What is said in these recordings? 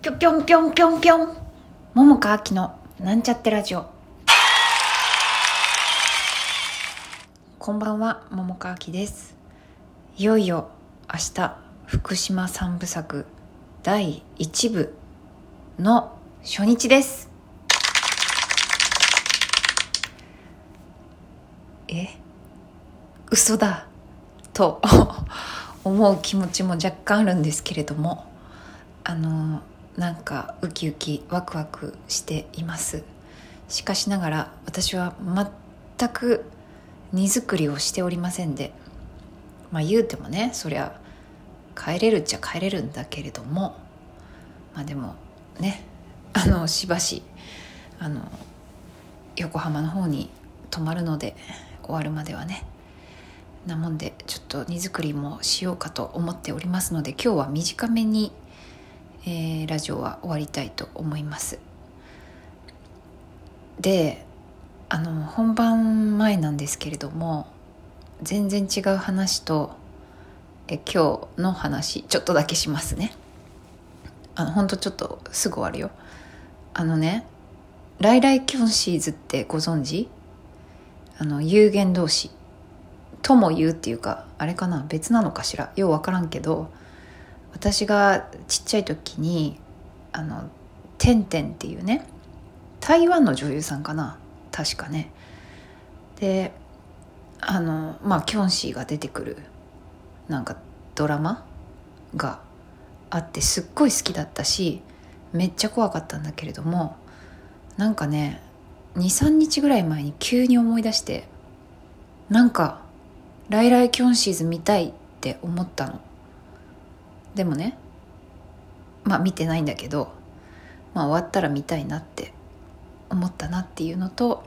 ぴょぴょんぴょんぴょんぴょん。桃佳明のなんちゃってラジオ。こんばんは、桃佳明です。いよいよ明日、福島三部作第1部の初日です。嘘だと思う気持ちも若干あるんですけれども、なんかウキウキワクワクしています。しかしながら私は全く荷造りをしておりませんで、言うてもね、そりゃ帰れるっちゃ帰れるんだけれども、でもね、しばし横浜の方に泊まるので、終わるまではね、なもんでちょっと荷造りもしようかと思っておりますので、今日は短めにラジオは終わりたいと思います。で、本番前なんですけれども、全然違う話と今日の話ちょっとだけしますね。ほんとちょっとすぐ終わるよ。ライライキョンシーズってご存知？有限動詞とも言うっていうか、あれかな、別なのかしら、ようわからんけど、私がちっちゃい時にテンテンっていうね、台湾の女優さんかな、確かね。でキョンシーが出てくるなんかドラマがあって、すっごい好きだったし、めっちゃ怖かったんだけれども、なんかね 2,3 日ぐらい前に急に思い出して、なんかライライキョンシーズ見たいって思ったの。でもね、見てないんだけど、終わったら見たいなって思ったなっていうのと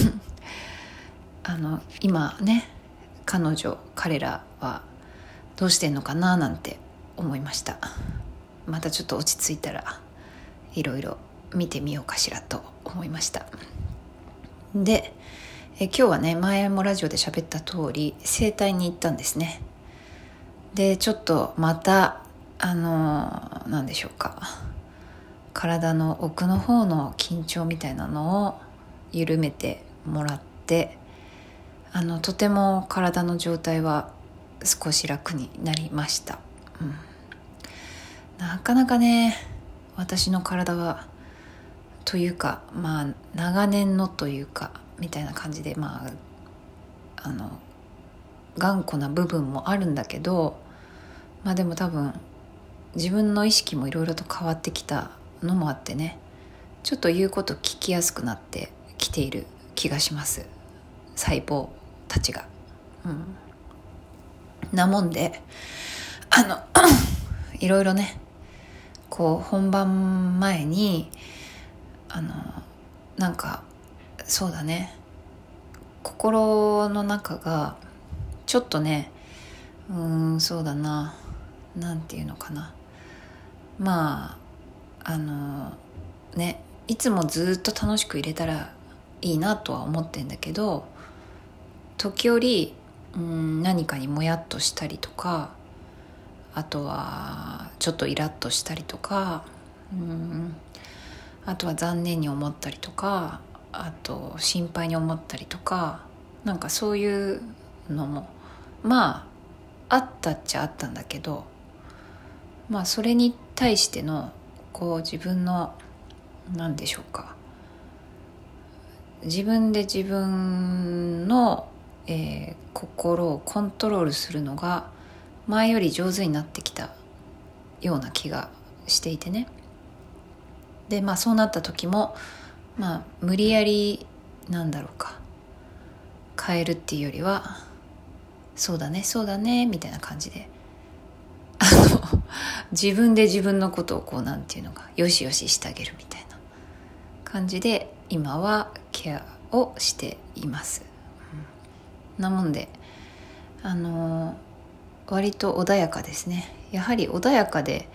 今ね、彼らはどうしてんのかななんて思いました。またちょっと落ち着いたらいろいろ見てみようかしらと思いました。で、今日はね、前もラジオで喋った通り整体に行ったんですね。でちょっとまた何でしょうか、体の奥の方の緊張みたいなのを緩めてもらって、とても体の状態は少し楽になりました。なかなかね、私の体はというか、長年のというかみたいな感じで、頑固な部分もあるんだけど、でも多分自分の意識もいろいろと変わってきたのもあってね、ちょっと言うこと聞きやすくなってきている気がします、細胞たちが。なもんでいろいろね、こう本番前になんかそうだね、心の中がちょっとね、そうだな、なんていうのかな、いつもずっと楽しく入れたらいいなとは思ってんだけど、時折何かにもやっとしたりとか、あとはちょっとイラッとしたりとか、あとは残念に思ったりとか、あと心配に思ったりとか、なんかそういうのもあったっちゃあったんだけど、それに対してのこう自分の何でしょうか、自分で自分の、心をコントロールするのが前より上手になってきたような気がしていてね。でそうなった時も無理やり変えるっていうよりは、そうだねそうだねみたいな感じで自分で自分のことをよしよししてあげるみたいな感じで今はケアをしています。なもんで割と穏やかですね。やはり穏やかで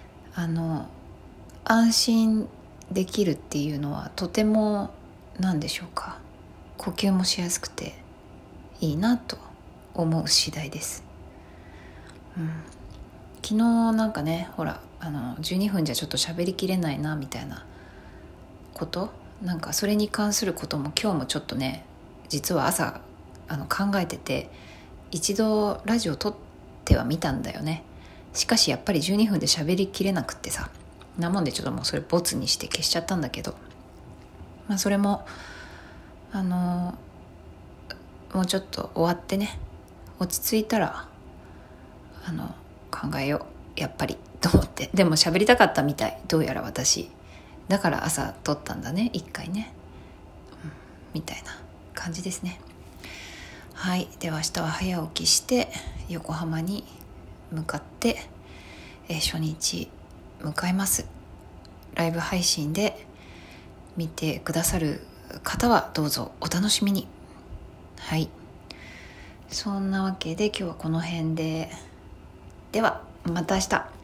安心できるっていうのはとても呼吸もしやすくていいなと思う次第です。 昨日なんかね、ほら12分じゃちょっと喋りきれないなみたいなこと、なんかそれに関することも今日もちょっとね、実は朝考えてて、一度ラジオ撮ってはみたんだよね。しかしやっぱり12分で喋りきれなくってさ、なもんでちょっともうそれボツにして消しちゃったんだけど、それももうちょっと終わってね、落ち着いたら考えようやっぱりと思って。でも喋りたかったみたい、どうやら私だから朝撮ったんだね、一回ね、みたいな感じですね。はい、では明日は早起きして横浜に向かって、初日迎えます。ライブ配信で見てくださる方はどうぞお楽しみに。はい、そんなわけで今日はこの辺で、ではまた明日。